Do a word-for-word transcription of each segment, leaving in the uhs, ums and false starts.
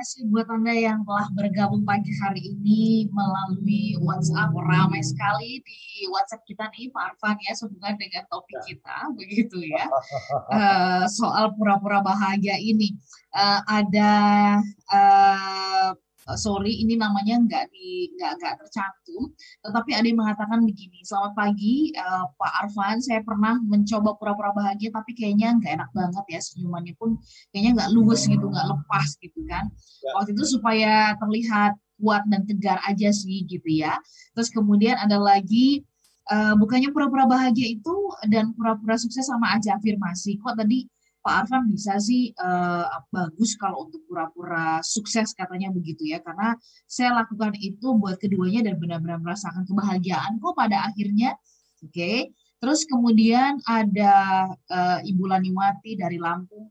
kasih buat Anda yang telah bergabung pagi hari ini melalui WhatsApp. Ramai sekali di WhatsApp kita nih, Pak Arfan ya, sehubungan dengan topik kita, begitu ya. Uh, soal pura-pura bahagia ini. Uh, ada, uh, sorry, ini namanya nggak di nggak nggak tercantum, tetapi ada yang mengatakan begini. Selamat pagi, uh, Pak Arfan. Saya pernah mencoba pura-pura bahagia, tapi kayaknya nggak enak banget ya, senyumannya pun kayaknya nggak luwes gitu, nggak lepas gitu kan. Ya. Waktu itu supaya terlihat kuat dan tegar aja sih gitu ya. Terus kemudian ada lagi, uh, bukannya pura-pura bahagia itu dan pura-pura sukses sama aja afirmasi. Kok tadi Pak Arfan bisa sih uh, bagus kalau untuk pura-pura sukses katanya begitu ya, karena saya lakukan itu buat keduanya dan benar-benar merasakan kebahagiaan kok pada akhirnya. Oke, okay. Terus kemudian ada uh, Ibu Laniwati dari Lampung,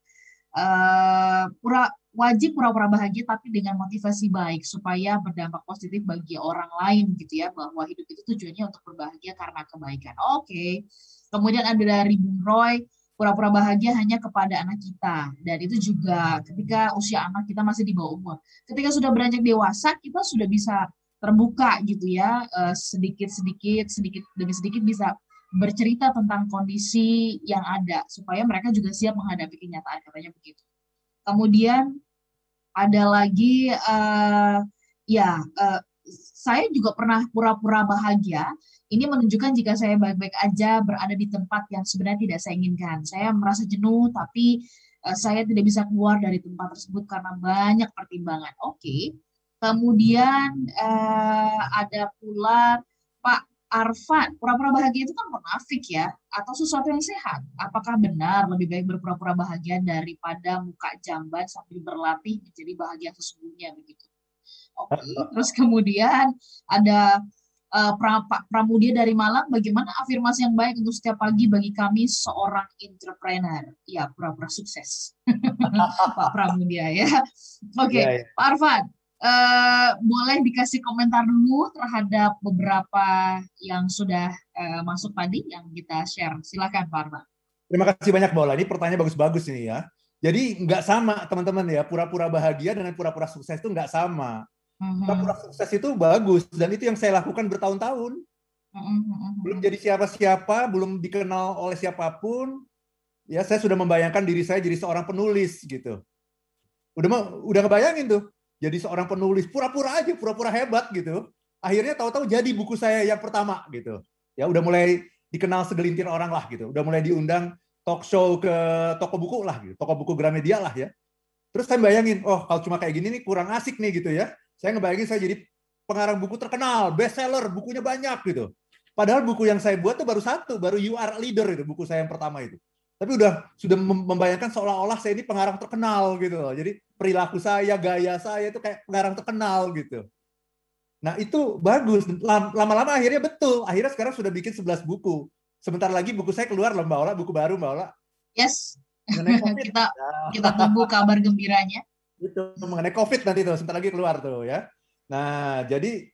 uh, pura wajib pura-pura bahagia tapi dengan motivasi baik supaya berdampak positif bagi orang lain gitu ya, bahwa hidup itu tujuannya untuk berbahagia karena kebaikan. Oke, okay. Kemudian ada dari Bung Roy, pura-pura bahagia hanya kepada anak kita, dan itu juga ketika usia anak kita masih di bawah umur. Ketika sudah beranjak dewasa, kita sudah bisa terbuka gitu ya, sedikit-sedikit, sedikit demi sedikit bisa bercerita tentang kondisi yang ada, supaya mereka juga siap menghadapi kenyataan, katanya begitu. Kemudian ada lagi, uh, ya, uh, saya juga pernah pura-pura bahagia. Ini menunjukkan jika saya baik-baik aja berada di tempat yang sebenarnya tidak saya inginkan. Saya merasa jenuh, tapi uh, saya tidak bisa keluar dari tempat tersebut karena banyak pertimbangan. Oke. Okay. Kemudian uh, ada pula Pak Arfan, pura-pura bahagia itu kan munafik ya, atau sesuatu yang sehat. Apakah benar lebih baik berpura-pura bahagia daripada muka jamban sambil berlatih menjadi bahagia sesungguhnya begitu? Oke, okay. Terus kemudian ada uh, pra, Pak Pramudia dari Malang, bagaimana afirmasi yang baik untuk setiap pagi bagi kami seorang entrepreneur? Ya, pura-pura sukses. Pak Pramudia ya. Oke, okay. Ya, ya. Pak Arfan, uh, boleh dikasih komentar dulu terhadap beberapa yang sudah uh, masuk tadi yang kita share. Silakan Pak Arfan. Terima kasih banyak Mbak Ola. Ini pertanyaan bagus-bagus ini ya. Jadi nggak sama teman-teman ya, pura-pura bahagia dengan pura-pura sukses itu nggak sama. Pura-pura sukses itu bagus, dan itu yang saya lakukan bertahun-tahun. Belum jadi siapa-siapa, belum dikenal oleh siapapun, ya saya sudah membayangkan diri saya jadi seorang penulis gitu. Udah udah ngebayangin tuh, jadi seorang penulis, pura-pura aja, pura-pura hebat gitu. Akhirnya tahu-tahu jadi buku saya yang pertama gitu. Ya udah mulai dikenal segelintir orang lah gitu. Udah mulai diundang talk show ke toko buku lah gitu, toko buku Gramedia lah ya. Terus saya bayangin, oh kalau cuma kayak gini nih kurang asik nih gitu ya. Saya ngebayangin saya jadi pengarang buku terkenal, bestseller, bukunya banyak gitu. Padahal buku yang saya buat tuh baru satu, baru You Are a Leader itu buku saya yang pertama itu. Tapi udah sudah membayangkan seolah-olah saya ini pengarang terkenal gitu loh. Jadi perilaku saya, gaya saya itu kayak pengarang terkenal gitu. Nah itu bagus. Lama-lama akhirnya betul. Akhirnya sekarang sudah bikin sebelas buku. Sebentar lagi buku saya keluar loh Mbak Ola, buku baru Mbak Ola. Yes. kita kita tunggu kabar gembiranya. Itu mengenai COVID nanti tuh, sebentar lagi keluar tuh ya. Nah, jadi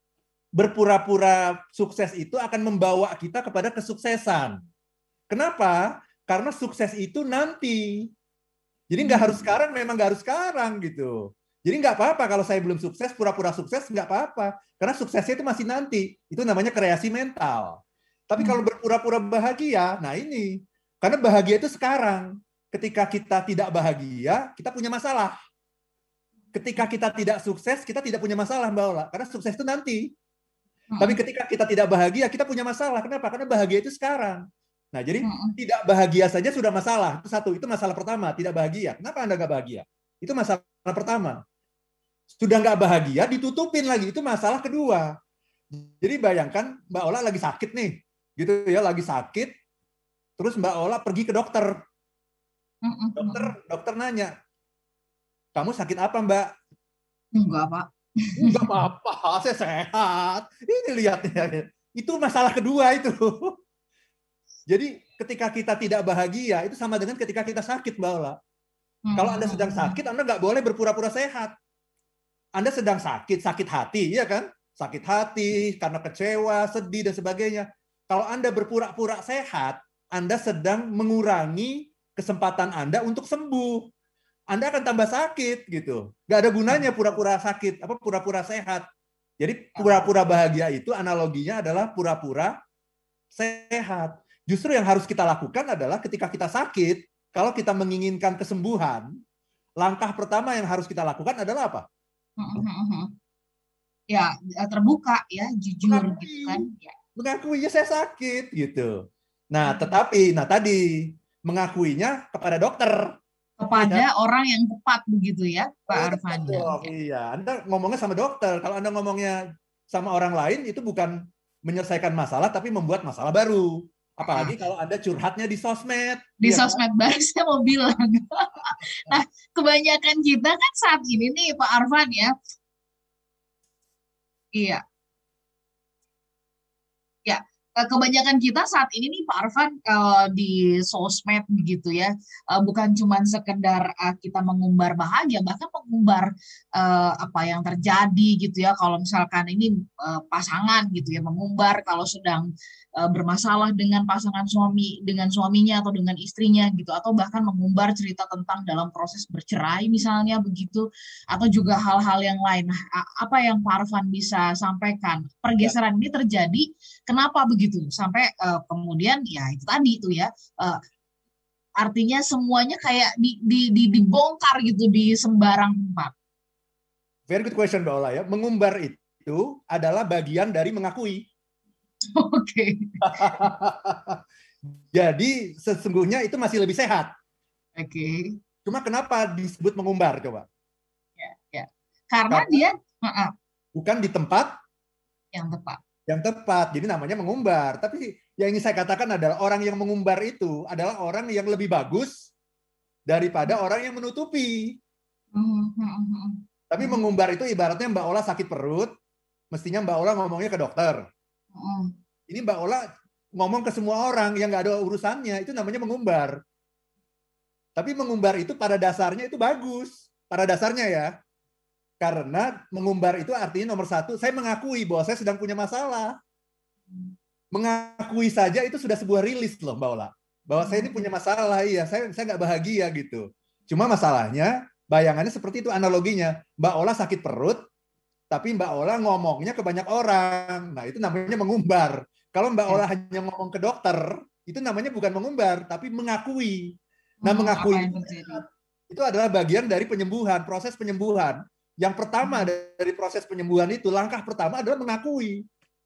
berpura-pura sukses itu akan membawa kita kepada kesuksesan. Kenapa? Karena sukses itu nanti. Jadi nggak harus sekarang, memang nggak harus sekarang gitu. Jadi nggak apa-apa kalau saya belum sukses, pura-pura sukses nggak apa-apa. Karena suksesnya itu masih nanti. Itu namanya kreasi mental. Tapi kalau berpura-pura bahagia, nah ini. Karena bahagia itu sekarang. Ketika kita tidak bahagia, kita punya masalah. Ketika kita tidak sukses, kita tidak punya masalah, Mbak Ola. Karena sukses itu nanti. Tapi ketika kita tidak bahagia, kita punya masalah. Kenapa? Karena bahagia itu sekarang. Nah, jadi tidak bahagia saja sudah masalah. Itu satu, itu masalah pertama, tidak bahagia. Kenapa Anda nggak bahagia? Itu masalah pertama. Sudah nggak bahagia, ditutupin lagi. Itu masalah kedua. Jadi bayangkan Mbak Ola lagi sakit nih. Gitu ya, lagi sakit. Terus Mbak Ola pergi ke dokter. Dokter, dokter nanya, kamu sakit apa Mbak? Enggak Pak. Enggak apa-apa, saya sehat. Ini lihatnya. Itu masalah kedua itu. Jadi ketika kita tidak bahagia, itu sama dengan ketika kita sakit Mbak Ola. Kalau Anda sedang sakit, Anda nggak boleh berpura-pura sehat. Anda sedang sakit, sakit hati, ya kan? Sakit hati, karena kecewa, sedih, dan sebagainya. Kalau Anda berpura-pura sehat, Anda sedang mengurangi kesempatan Anda untuk sembuh. Anda akan tambah sakit gitu. Nggak ada gunanya pura-pura sakit, apa pura-pura sehat. Jadi pura-pura bahagia itu analoginya adalah pura-pura sehat. Justru yang harus kita lakukan adalah ketika kita sakit, kalau kita menginginkan kesembuhan, langkah pertama yang harus kita lakukan adalah apa? Ya, terbuka ya, jujur Mengakui, gitu kan. Ya. Mengakui ya saya sakit gitu. Nah, tetapi nah tadi mengakuinya kepada dokter. Kepada ya. Orang yang tepat begitu ya, Pak Arfan. Oh, iya, Anda ngomongnya sama dokter. Kalau Anda ngomongnya sama orang lain itu bukan menyelesaikan masalah tapi membuat masalah baru. Apalagi kalau Anda curhatnya di sosmed. Di ya sosmed kan? Baru saya mau bilang. Nah, kebanyakan kita kan saat ini nih Pak Arfan ya. Iya. Ya, kebanyakan kita saat ini nih Pak Arfan uh, di sosmed begitu ya, uh, bukan cuma sekedar uh, kita mengumbar bahagia, bahkan mengumbar uh, apa yang terjadi gitu ya. Kalau misalkan ini uh, pasangan gitu ya, mengumbar kalau sedang uh, bermasalah dengan pasangan suami, dengan suaminya atau dengan istrinya gitu, atau bahkan mengumbar cerita tentang dalam proses bercerai misalnya begitu, atau juga hal-hal yang lain. Nah, apa yang Pak Arfan bisa sampaikan? Pergeseran ya. Ini terjadi, kenapa begitu? Sampai uh, kemudian ya itu tadi itu ya uh, artinya semuanya kayak di, di, di, dibongkar gitu di sembarang tempat. Very good question Mbak Ola ya. Mengumbar itu adalah bagian dari mengakui. Oke. Okay. Jadi sesungguhnya itu masih lebih sehat. Oke. Okay. Cuma kenapa disebut mengumbar coba? Ya, ya. Karena, Karena dia uh-uh. bukan di tempat yang tepat. Yang tepat, jadi namanya mengumbar. Tapi yang ingin saya katakan adalah orang yang mengumbar itu adalah orang yang lebih bagus daripada orang yang menutupi. Mm-hmm. Tapi mengumbar itu ibaratnya Mbak Ola sakit perut, mestinya Mbak Ola ngomongnya ke dokter. Mm-hmm. Ini Mbak Ola ngomong ke semua orang yang nggak ada urusannya, itu namanya mengumbar. Tapi mengumbar itu pada dasarnya itu bagus, pada dasarnya ya. Karena mengumbar itu artinya nomor satu, saya mengakui bahwa saya sedang punya masalah. Mengakui saja itu sudah sebuah rilis loh Mbak Ola. Bahwa saya ini punya masalah, iya saya saya nggak bahagia gitu. Cuma masalahnya, bayangannya seperti itu analoginya. Mbak Ola sakit perut, tapi Mbak Ola ngomongnya ke banyak orang. Nah itu namanya mengumbar. Kalau Mbak Ola hanya ngomong ke dokter, itu namanya bukan mengumbar, tapi mengakui. Nah mengakui itu, itu adalah bagian dari penyembuhan, proses penyembuhan. Yang pertama dari proses penyembuhan itu, langkah pertama adalah mengakui.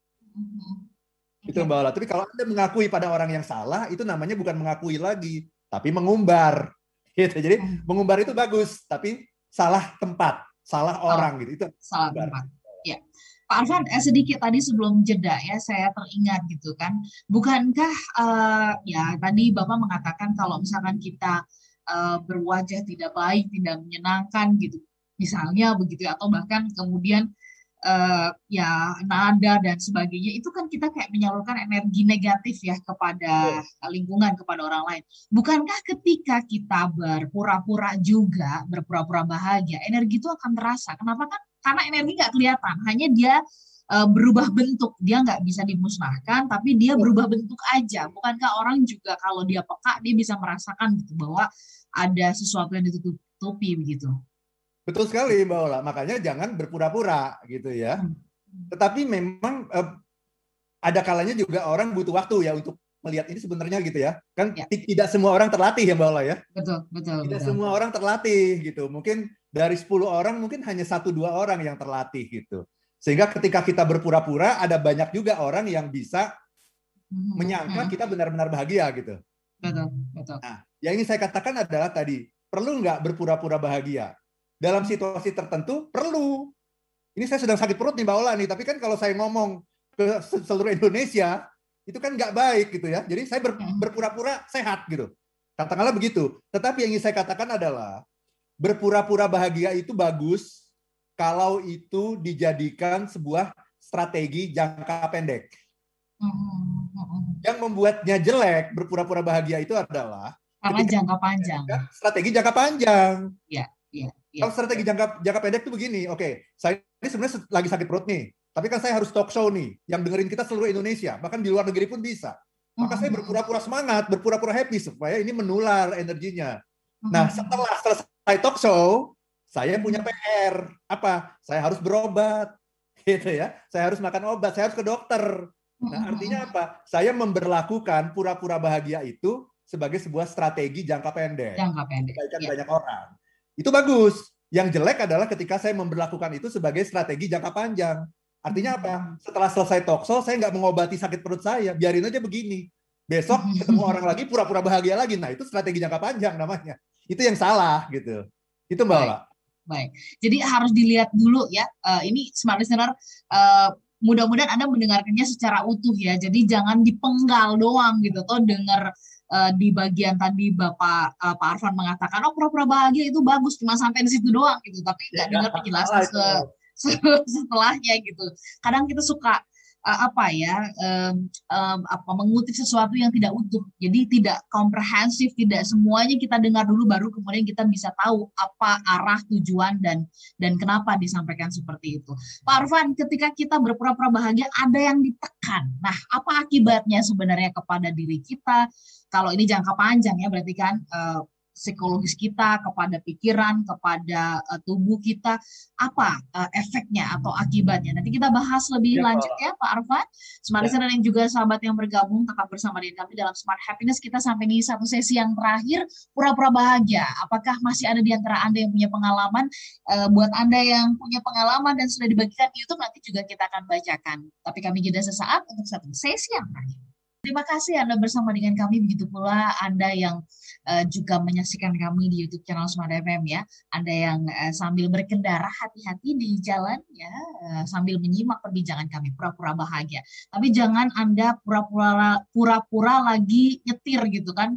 Itu Mbak Ola. Tapi kalau Anda mengakui pada orang yang salah, itu namanya bukan mengakui lagi, tapi mengumbar. Gitu. Jadi mengumbar itu bagus, tapi salah tempat, salah orang. Gitu. Itu salah mengumbar. Tempat. Ya. Pak Arfan, eh, sedikit tadi sebelum jeda ya, saya teringat gitu kan. Bukankah, uh, ya tadi Bapak mengatakan kalau misalkan kita uh, berwajah tidak baik, tidak menyenangkan gitu, misalnya begitu atau bahkan kemudian uh, ya nada dan sebagainya itu kan kita kayak menyalurkan energi negatif ya kepada oh. lingkungan, kepada orang lain. Bukankah ketika kita berpura-pura juga berpura-pura bahagia, energi itu akan terasa? Kenapa kan? Karena energi nggak kelihatan, hanya dia uh, berubah bentuk, dia nggak bisa dimusnahkan, tapi dia berubah bentuk aja. Bukankah orang juga kalau dia peka dia bisa merasakan gitu bahwa ada sesuatu yang ditutupi begitu? Betul sekali Mbak Ola, makanya jangan berpura-pura gitu ya. Tetapi memang eh, ada kalanya juga orang butuh waktu ya untuk melihat ini sebenarnya gitu ya. Kan ya. Tidak semua orang terlatih ya Mbak Ola ya. Betul, betul. Tidak betul. semua orang terlatih gitu. Mungkin dari sepuluh orang mungkin hanya satu dua orang yang terlatih gitu. Sehingga ketika kita berpura-pura ada banyak juga orang yang bisa hmm. menyangka kita benar-benar bahagia gitu. Betul, betul. Nah, yang ingin saya katakan adalah tadi, perlu nggak berpura-pura bahagia? Dalam situasi tertentu perlu. Ini saya sedang sakit perut nih Mbak Ola nih, tapi kan kalau saya ngomong ke seluruh Indonesia itu kan nggak baik gitu ya. Jadi saya ber, berpura-pura sehat gitu. Katakanlah begitu. Tetapi yang ingin saya katakan adalah berpura-pura bahagia itu bagus kalau itu dijadikan sebuah strategi jangka pendek. Yang membuatnya jelek berpura-pura bahagia itu adalah karena jangka panjang. Strategi jangka panjang. Ya, ya. Ya. Kalau strategi jangka jangka pendek itu begini, oke, okay, saya ini sebenarnya lagi sakit perut nih, tapi kan saya harus talk show nih, yang dengerin kita seluruh Indonesia, bahkan di luar negeri pun bisa. Maka uh-huh. saya berpura-pura semangat, berpura-pura happy supaya ini menular energinya. Uh-huh. Nah, setelah selesai selesai talk show, saya punya P R. Apa? Saya harus berobat. Gitu ya. Saya harus makan obat, saya harus ke dokter. Nah, artinya apa? Saya memberlakukan pura-pura bahagia itu sebagai sebuah strategi jangka pendek. Jangka pendek. Kebaikan Ya. banyak orang. Itu bagus. Yang jelek adalah ketika saya memberlakukan itu sebagai strategi jangka panjang. Artinya apa? Setelah selesai talk show, saya nggak mengobati sakit perut saya. Biarin aja begini. Besok ketemu orang lagi, pura-pura bahagia lagi. Nah, itu strategi jangka panjang namanya. Itu yang salah gitu. Itu Mbak Ola. Baik. Jadi harus dilihat dulu ya. Uh, ini smart listener, uh, mudah-mudahan Anda mendengarkannya secara utuh ya. Jadi jangan dipenggal doang gitu. Toh dengar uh, di bagian tadi Bapak uh, Pak Arfan mengatakan, oh pura-pura bahagia itu bagus, cuma sampai di situ doang gitu. Tapi nggak dengar penjelasan se setelahnya gitu. Kadang kita suka uh, apa ya um, um, apa mengutip sesuatu yang tidak utuh, jadi tidak komprehensif, tidak semuanya kita dengar dulu baru kemudian kita bisa tahu apa arah tujuan dan dan kenapa disampaikan seperti itu. Pak Arfan, ketika kita berpura-pura bahagia ada yang ditekan, nah apa akibatnya sebenarnya kepada diri kita? Kalau ini jangka panjang ya berarti kan uh, psikologis kita, kepada pikiran, kepada uh, tubuh kita, apa uh, efeknya atau akibatnya. Nanti kita bahas lebih ya, lanjut ya Pak Arfan. Smart listener ya. Dan juga sahabat yang bergabung tetap bersama dengan kami dalam Smart Happiness. Kita sampai di satu sesi yang terakhir, pura-pura bahagia. Apakah masih ada di antara Anda yang punya pengalaman? Uh, buat Anda yang punya pengalaman dan sudah dibagikan di YouTube, nanti juga kita akan bacakan. Tapi kami jeda sesaat untuk satu sesi yang terakhir. Terima kasih Anda bersama dengan kami, begitu pula Anda yang uh, juga menyaksikan kami di YouTube channel Smart F M ya. Anda yang uh, sambil berkendara hati-hati di jalan ya, uh, sambil menyimak perbincangan kami pura-pura bahagia. Tapi jangan Anda pura-pura pura-pura lagi nyetir gitu kan.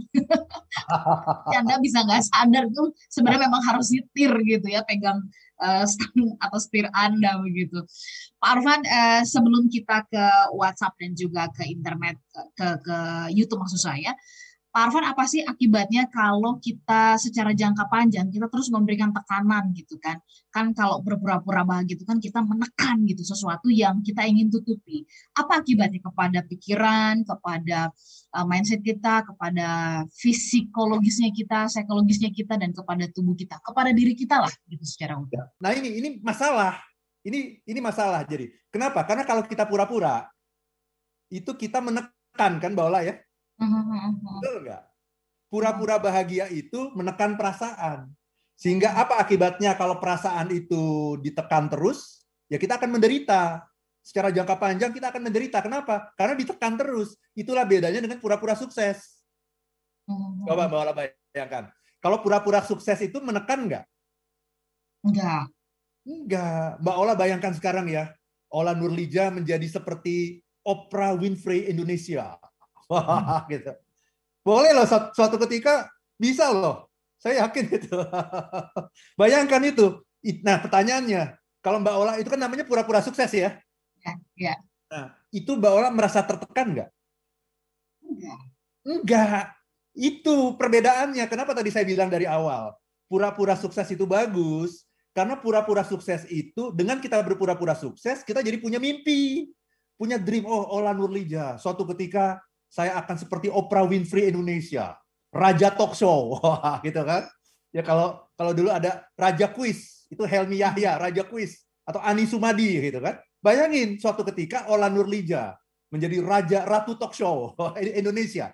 Anda bisa nggak sadar tuh sebenarnya memang harus nyetir gitu ya, pegang uh, stang atau setir Anda begitu. Pak Arfan, uh, sebelum kita ke WhatsApp dan juga ke internet, ke ke YouTube maksud saya, Pak Arfan, apa sih akibatnya kalau kita secara jangka panjang kita terus memberikan tekanan gitu kan? Kan kalau berpura-pura bahagia itu kan kita menekan gitu sesuatu yang kita ingin tutupi. Apa akibatnya kepada pikiran, kepada uh, mindset kita, kepada psikologisnya kita, psikologisnya kita, dan kepada tubuh kita, kepada diri kita lah gitu secara utuh. Nah ini ini masalah. Ini ini masalah. Jadi kenapa? Karena kalau kita pura-pura itu kita menekan kan Mbak Ola ya. Betul nggak? Pura-pura bahagia itu menekan perasaan. Sehingga apa akibatnya kalau perasaan itu ditekan terus? Ya kita akan menderita. Secara jangka panjang kita akan menderita. Kenapa? Karena ditekan terus. Itulah bedanya dengan pura-pura sukses. Coba Mbak Ola bayangkan. Kalau pura-pura sukses itu menekan nggak? Enggak. Enggak. Mbak Ola bayangkan sekarang ya. Ola Nurlija menjadi seperti Oprah Winfrey Indonesia. Wah, gitu. Boleh loh suatu ketika bisa loh. Saya yakin itu. Bayangkan itu. Nah, pertanyaannya, kalau Mbak Ola itu kan namanya pura-pura sukses ya? Ya, ya. Nah, itu Mbak Ola merasa tertekan nggak? Enggak. Enggak. Itu perbedaannya. Kenapa tadi saya bilang dari awal? Pura-pura sukses itu bagus. Karena pura-pura sukses itu, dengan kita berpura-pura sukses, kita jadi punya mimpi. Punya dream. Oh, Ola Nurlija. Suatu ketika saya akan seperti Oprah Winfrey Indonesia, Raja Talk Show, gitu kan? Ya kalau kalau dulu ada Raja Quiz, itu Helmi Yahya, Raja Quiz, atau Ani Sumadi, gitu kan? Bayangin suatu ketika Ola Nurlija menjadi Raja Ratu Talk Show Indonesia,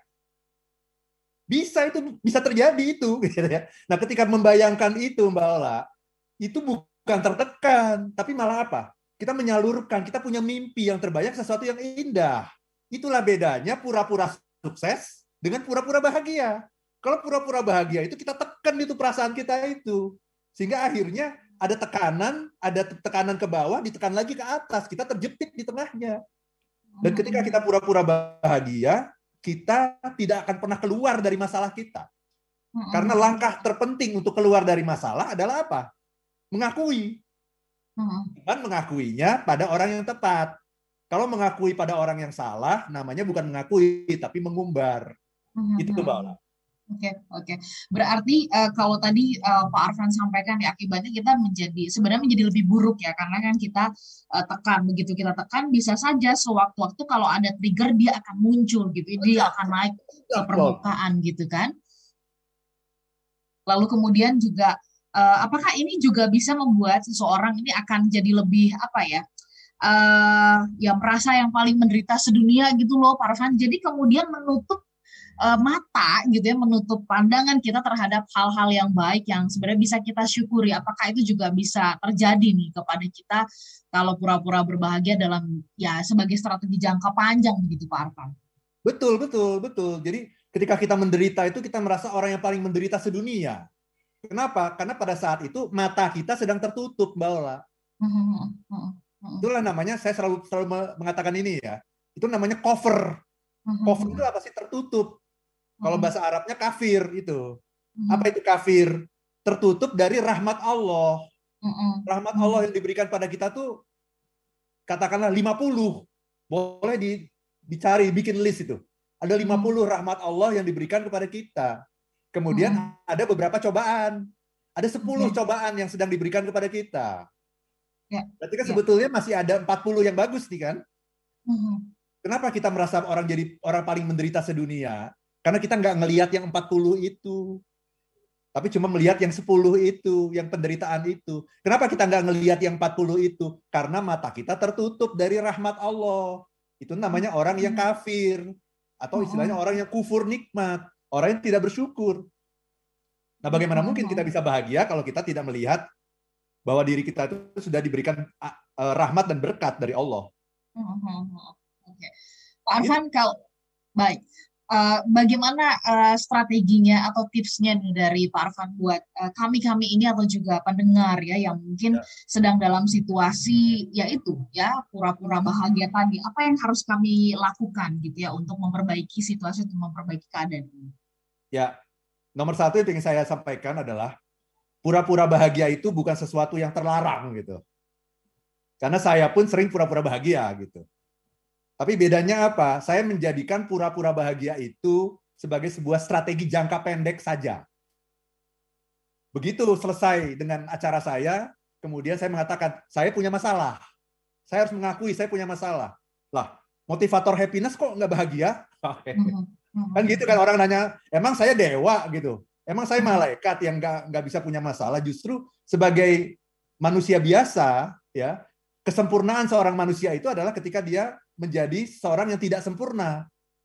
bisa itu bisa terjadi itu, gitu ya. Nah, ketika membayangkan itu, Mbak Ola, itu bukan tertekan, tapi malah apa? Kita menyalurkan, kita punya mimpi yang terbayang sesuatu yang indah. Itulah bedanya pura-pura sukses dengan pura-pura bahagia. Kalau pura-pura bahagia itu kita tekan itu perasaan kita itu. Sehingga akhirnya ada tekanan, ada tekanan ke bawah, ditekan lagi ke atas. Kita terjepit di tengahnya. Dan ketika kita pura-pura bahagia, kita tidak akan pernah keluar dari masalah kita. Karena langkah terpenting untuk keluar dari masalah adalah apa? Mengakui. Dan mengakuinya pada orang yang tepat. Kalau mengakui pada orang yang salah, namanya bukan mengakui, tapi mengumbar. Mm-hmm. Itu Mbak Ola. Oke, okay, oke. Okay. Berarti uh, kalau tadi uh, Pak Arfan sampaikan ya, akibatnya kita menjadi sebenarnya menjadi lebih buruk ya, karena kan kita uh, tekan, begitu kita tekan bisa saja sewaktu-waktu kalau ada trigger dia akan muncul gitu, dia akan naik ke permukaan gitu kan. Lalu kemudian juga uh, apakah ini juga bisa membuat seseorang ini akan jadi lebih apa ya? Uh, ya merasa yang paling menderita sedunia gitu loh, Pak Arfan. Jadi kemudian menutup uh, mata gitu ya, menutup pandangan kita terhadap hal-hal yang baik yang sebenarnya bisa kita syukuri. Apakah itu juga bisa terjadi nih kepada kita kalau pura-pura berbahagia dalam ya sebagai strategi jangka panjang begitu, Pak Arfan? Betul, betul, betul. Jadi ketika kita menderita itu kita merasa orang yang paling menderita sedunia. Kenapa? Karena pada saat itu mata kita sedang tertutup, Mbak Ola. Itulah namanya, saya selalu selalu mengatakan ini ya. Itu namanya cover. Cover itu apa sih? Tertutup. Kalau bahasa Arabnya kafir itu. Apa itu kafir? Tertutup dari rahmat Allah. Rahmat Allah yang diberikan pada kita tuh katakanlah lima puluh. Boleh di, dicari, bikin list itu. Ada lima puluh rahmat Allah yang diberikan kepada kita. Kemudian ada beberapa cobaan. Ada sepuluh cobaan yang sedang diberikan kepada kita. Ya, berarti kan ya. Sebetulnya masih ada empat puluh yang bagus nih kan? Uh-huh. Kenapa kita merasa orang jadi orang paling menderita sedunia? Karena kita nggak ngelihat yang empat puluh itu. Tapi cuma melihat yang sepuluh itu, yang penderitaan itu. Kenapa kita nggak ngelihat yang empat puluh itu? Karena mata kita tertutup dari rahmat Allah. Itu namanya orang yang kafir. Atau istilahnya orang yang kufur nikmat. Orang yang tidak bersyukur. Nah, bagaimana mungkin kita bisa bahagia kalau kita tidak melihat bahwa diri kita itu sudah diberikan uh, rahmat dan berkat dari Allah. Oke, Pak Arfan, kalau baik, uh, bagaimana uh, strateginya atau tipsnya nih dari Pak Arfan buat uh, kami-kami ini atau juga pendengar ya yang mungkin ya. Sedang dalam situasi yaitu ya pura-pura bahagia tadi, apa yang harus kami lakukan gitu ya untuk memperbaiki situasi, untuk memperbaiki keadaan ini? Ya, nomor satu yang ingin saya sampaikan adalah pura-pura bahagia itu bukan sesuatu yang terlarang gitu. Karena saya pun sering pura-pura bahagia gitu. Tapi bedanya apa? Saya menjadikan pura-pura bahagia itu sebagai sebuah strategi jangka pendek saja. Begitu selesai dengan acara saya, kemudian saya mengatakan, saya punya masalah. Saya harus mengakui saya punya masalah. Lah, motivator happiness kok nggak bahagia? Kan gitu kan orang nanya, emang saya dewa gitu. Emang saya malaikat yang nggak nggak bisa punya masalah. Justru sebagai manusia biasa, ya kesempurnaan seorang manusia itu adalah ketika dia menjadi seorang yang tidak sempurna.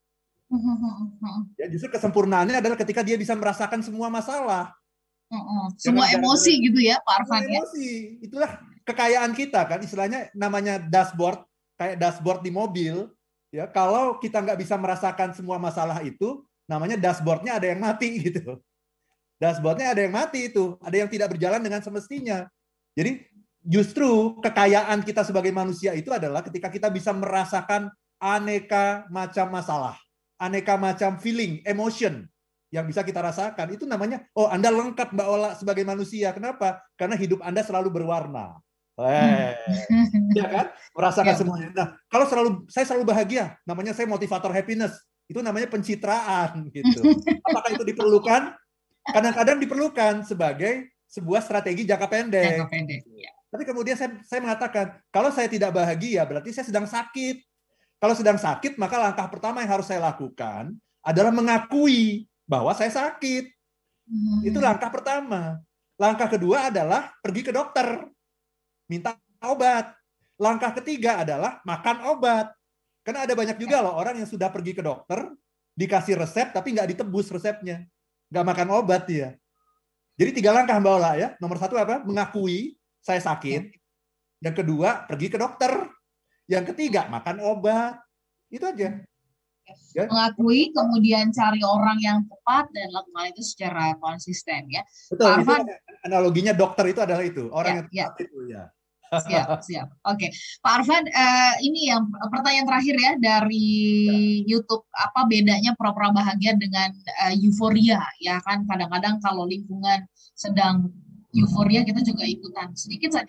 Ya, justru kesempurnaannya adalah ketika dia bisa merasakan semua masalah. Semua Jangan emosi gara-gara, gitu ya, Pak Arfan ya. Emosi, itulah kekayaan kita kan. Istilahnya namanya dashboard, kayak dashboard di mobil. Ya, kalau kita nggak bisa merasakan semua masalah itu, namanya dashboardnya ada yang mati gitu. Dashboardnya ada yang mati itu, ada yang tidak berjalan dengan semestinya. Jadi justru kekayaan kita sebagai manusia itu adalah ketika kita bisa merasakan aneka macam masalah, aneka macam feeling, emotion yang bisa kita rasakan. Itu namanya, oh Anda lengkap Mbak Ola sebagai manusia. Kenapa? Karena hidup Anda selalu berwarna. Eh, ya kan? Merasakan ya, semuanya. Nah, kalau selalu saya selalu bahagia, namanya saya motivator happiness. Itu namanya pencitraan gitu. Apakah itu diperlukan? Kadang-kadang diperlukan sebagai sebuah strategi jangka pendek. Jangka pendek ya. Tapi kemudian saya, saya mengatakan, kalau saya tidak bahagia, berarti saya sedang sakit. Kalau sedang sakit, maka langkah pertama yang harus saya lakukan adalah mengakui bahwa saya sakit. Hmm. Itu langkah pertama. Langkah kedua adalah pergi ke dokter, minta obat. Langkah ketiga adalah makan obat. Karena ada banyak juga loh orang yang sudah pergi ke dokter, dikasih resep, tapi nggak ditebus resepnya. Nggak makan obat dia. Jadi tiga langkah Mbak Ola ya. Nomor satu apa? Mengakui saya sakit. Yang kedua, pergi ke dokter. Yang ketiga, makan obat. Itu aja. Ya. Mengakui, kemudian cari orang yang tepat dan lakukan itu secara konsisten ya. Betul. Itu analoginya dokter itu adalah itu. Orang ya, yang tepat ya. Itu ya. Siap, siap. Oke, Pak Arfan, uh, ini yang pertanyaan terakhir ya dari ya. YouTube. Apa bedanya pura-pura bahagia dengan uh, euforia? Ya kan, kadang-kadang kalau lingkungan sedang euforia kita juga ikutan. Sedikit saja.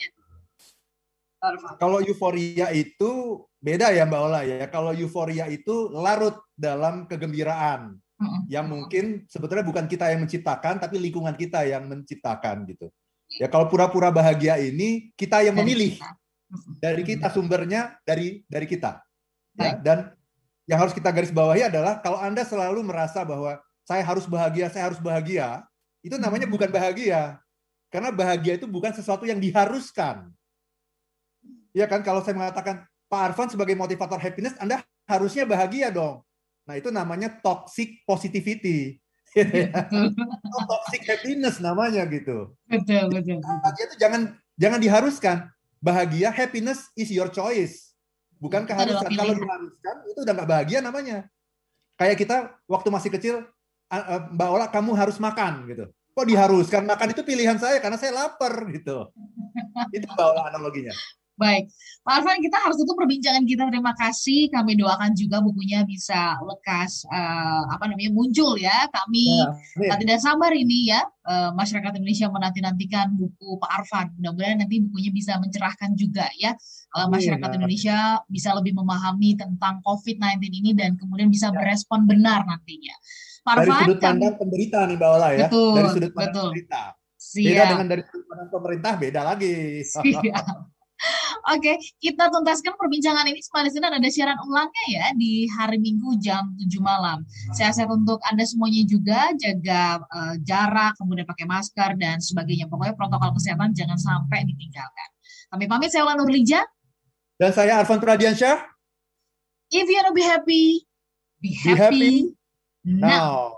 Kalau euforia itu beda ya Mbak Ola ya. Kalau euforia itu larut dalam kegembiraan uh-uh. yang mungkin sebetulnya bukan kita yang menciptakan, tapi lingkungan kita yang menciptakan gitu. Ya kalau pura-pura bahagia ini kita yang memilih dari kita, sumbernya dari dari kita. Ya, dan yang harus kita garis bawahi adalah kalau Anda selalu merasa bahwa saya harus bahagia, saya harus bahagia, itu namanya bukan bahagia. Karena bahagia itu bukan sesuatu yang diharuskan. Ya kan, kalau saya mengatakan Pak Arfan sebagai motivator happiness, Anda harusnya bahagia dong. Nah, itu namanya toxic positivity. Toxic happiness namanya gitu. Betul, betul. Bahagia itu jangan jangan diharuskan. Bahagia, happiness is your choice. Bukan keharusan. Kalau diharuskan, itu udah nggak bahagia namanya. Kayak kita waktu masih kecil, Mbak Ola, kamu harus makan gitu. Kok diharuskan? Makan itu pilihan saya karena saya lapar gitu. Itu Mbak Ola analoginya. Baik, Pak Arfan, kita harus tutup perbincangan kita. Terima kasih. Kami doakan juga bukunya bisa lekas uh, apa namanya muncul ya. Kami ya, tidak sabar ini ya, uh, masyarakat Indonesia menanti-nantikan buku Pak Arfan. Mudah-mudahan nanti bukunya bisa mencerahkan juga ya. Uh, masyarakat ya. Indonesia bisa lebih memahami tentang covid sembilan belas ini dan kemudian bisa ya. berespon benar nantinya. Pak Arfan, dari sudut pandang kami... penderita nih Mbak Ola ya. Betul, dari sudut pandang betul. penderita. Siap. Beda dengan dari sudut pandang pemerintah, beda lagi. Siap. Oke, kita tuntaskan perbincangan ini. Kembali sini ada siaran ulangnya ya di hari Minggu jam tujuh malam. Sehat-sehat untuk Anda semuanya juga, jaga uh, jarak, kemudian pakai masker dan sebagainya. Pokoknya protokol kesehatan jangan sampai ditinggalkan. Kami pamit, saya Ola Nurlija. Dan saya Arfan Pradiansyah. If you wanna be happy, be happy, be happy now. now.